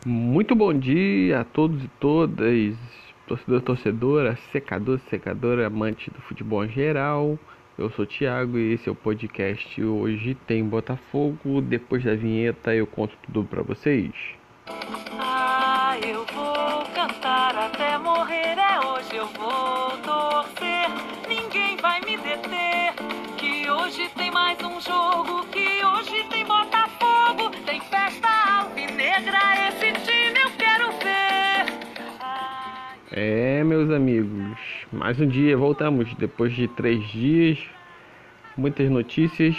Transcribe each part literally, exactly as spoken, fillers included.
Muito bom dia a todos e todas, torcedor, torcedora, secador, secadora, amante do futebol em geral. Eu sou o Thiago e esse é o podcast. Hoje tem Botafogo. Depois da vinheta eu conto tudo pra vocês. Ah, eu vou cantar até morrer, é hoje eu vou torcer, ninguém vai me deter, que hoje tem mais um jogo, que hoje tem Botafogo, tem festa alvinegra, esse time eu quero ver. Ah, É, meus amigos, mais um dia, voltamos depois de três dias, muitas notícias.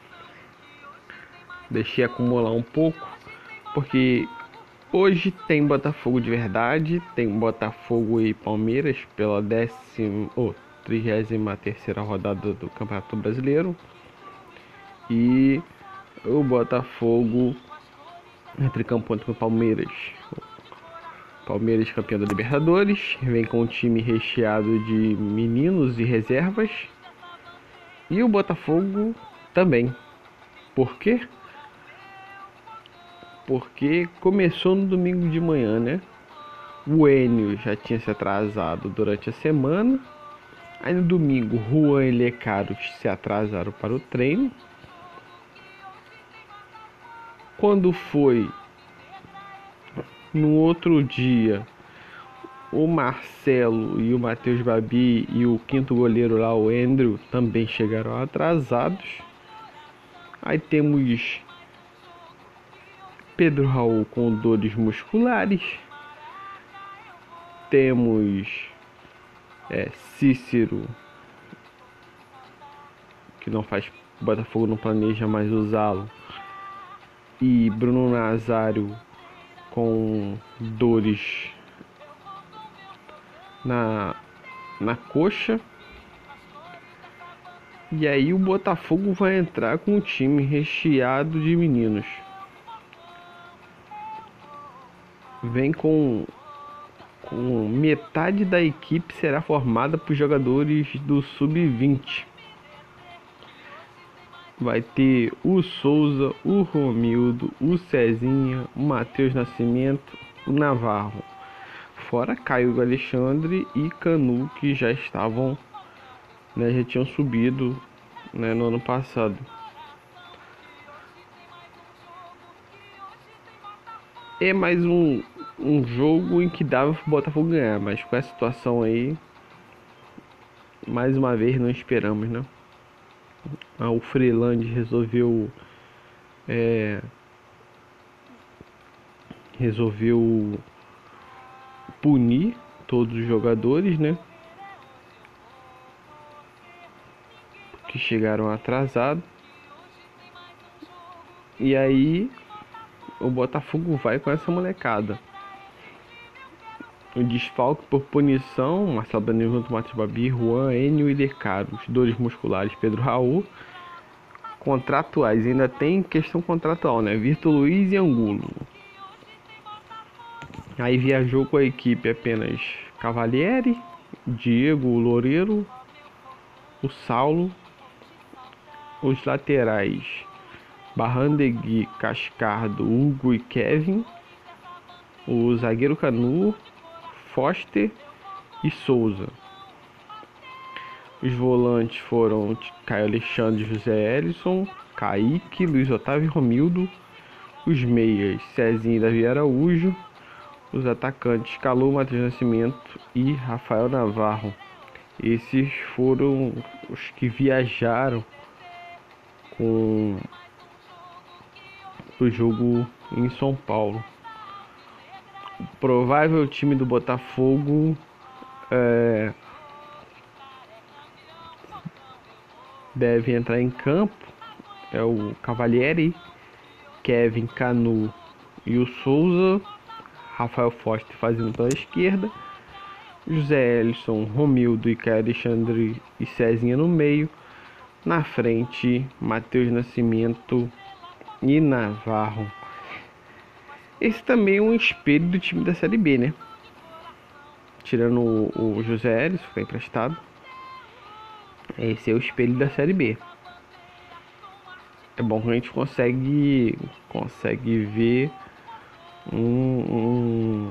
Deixei acumular um pouco, porque hoje tem Botafogo de verdade, tem Botafogo e Palmeiras pela décima ou trigésima terceira rodada do Campeonato Brasileiro. E o Botafogo entre campo contra o Palmeiras. Palmeiras campeão da Libertadores, vem com um time recheado de meninos e reservas. E o Botafogo também. Por quê? Porque começou no domingo de manhã, né? O Enio já tinha se atrasado durante a semana. Aí no domingo, Juan e Lecaros se atrasaram para o treino. Quando foi no outro dia, o Marcelo e o Matheus Babi e o quinto goleiro lá, o Andrew, também chegaram atrasados. Aí temos Pedro Raul com dores musculares. Temos é, Cícero, que não faz, o Botafogo não planeja mais usá-lo. E Bruno Nazário com dores na, na coxa. E aí o Botafogo vai entrar com um time recheado de meninos. Vem com, com metade da equipe será formada por jogadores do sub vinte. Vai ter o Souza, o Romildo, o Cezinha, o Matheus Nascimento, o Navarro. Fora Caio Alexandre e Canu, que já estavam, né, já tinham subido, né, no ano passado. É mais um, um jogo em que dava pro Botafogo ganhar, mas com essa situação aí, mais uma vez não esperamos, né? O Freeland resolveu é, resolveu punir todos os jogadores, né, que chegaram atrasados. E aí o Botafogo vai com essa molecada. O desfalque por punição: Marcelo Benevenuto, Matheus Babi, Juan, Enio e Lecaros. Dores musculares: Pedro Raul. Contratuais, ainda tem questão contratual, né? Vitor Luiz e Angulo. Aí viajou com a equipe apenas Cavalieri, Diego Loureiro, o Saulo. Os laterais: Barrandegui, Cascardo, Hugo e Kevin. O zagueiro Canu, Foster e Souza. Os volantes foram Caio Alexandre, José Elison, Kaique, Luiz Otávio e Romildo. Os meias: Cezinha e Davi Araújo. Os atacantes: Calu, Matheus Nascimento e Rafael Navarro. Esses foram os que viajaram com o jogo em São Paulo. O provável time do Botafogo é, deve entrar em campo é o Cavalieri, Kevin, Canu e o Souza. Rafael Foster fazendo pela esquerda. José Elison, Romildo e Caio Alexandre e Cezinha no meio. Na frente, Matheus Nascimento e Navarro. Esse também é um espelho do time da Série B, né? Tirando o, o José Elison, que foi emprestado. Esse é o espelho da Série B. É bom que a gente consegue, consegue ver um, um,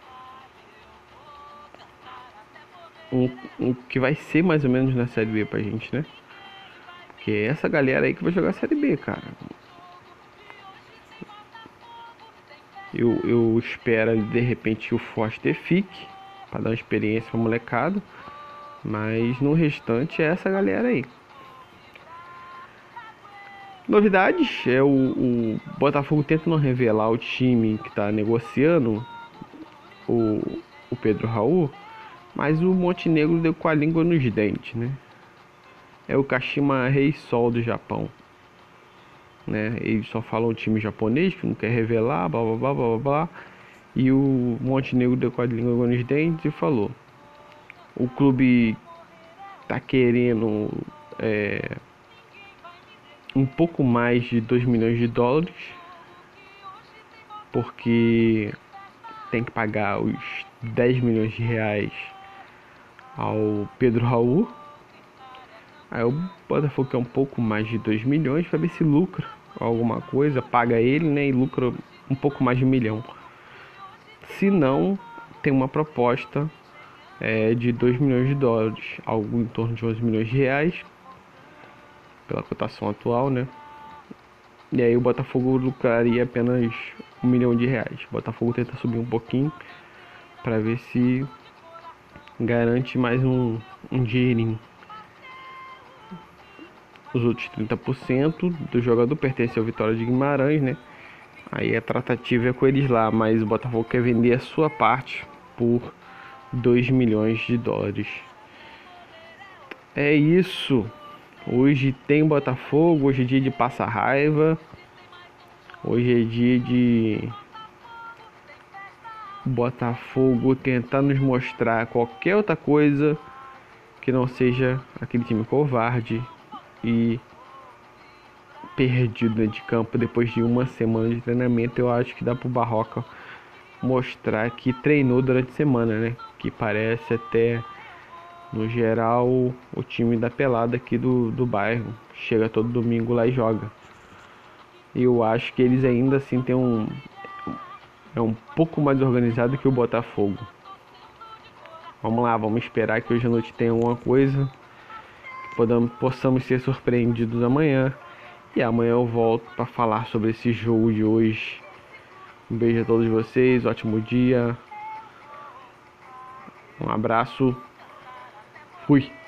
um, um que vai ser mais ou menos na Série B pra gente, né? Porque é essa galera aí que vai jogar a Série B, cara. Eu, eu espero de repente que o Foster fique pra dar uma experiência pra molecada. Mas no restante é essa galera aí. Novidades é o, o Botafogo tenta não revelar o time que tá negociando o, o Pedro Raul, mas o Montenegro deu com a língua nos dentes, né? É o Kashima Rei Sol do Japão, né? Ele só fala um time japonês que não quer revelar, blá blá blá blá blá. E o Montenegro deu com a língua nos dentes e falou: o clube tá querendo é, um pouco mais de dois milhões de dólares, porque tem que pagar os dez milhões de reais ao Pedro Raul. Aí o Botafogo quer um pouco mais de dois milhões para ver se lucra alguma coisa, paga ele, né, e lucra um pouco mais de um milhão. Se não, tem uma proposta é, de dois milhões de dólares, algo em torno de onze milhões de reais, pela cotação atual, né? E aí o Botafogo lucraria apenas um milhão de reais. O Botafogo tenta subir um pouquinho para ver se garante mais um, um dinheirinho. Os outros trinta por cento do jogador pertence ao Vitória de Guimarães, né? Aí a tratativa é com eles lá, mas o Botafogo quer vender a sua parte por dois milhões de dólares. É isso. Hoje tem Botafogo, hoje é dia de passar raiva. Hoje é dia de Botafogo tentar nos mostrar qualquer outra coisa que não seja aquele time covarde e perdido de campo depois de uma semana de treinamento. Eu acho que dá pro Barroca mostrar que treinou durante a semana, né? Que parece até, no geral, o time da pelada aqui do, do bairro. Chega todo domingo lá e joga. E eu acho que eles ainda assim tem um é um pouco mais organizado que o Botafogo. Vamos lá, vamos esperar que hoje à noite tenha alguma coisa, que podamos, possamos ser surpreendidos amanhã. E amanhã eu volto para falar sobre esse jogo de hoje. Um beijo a todos vocês, ótimo dia. Um abraço. Fui.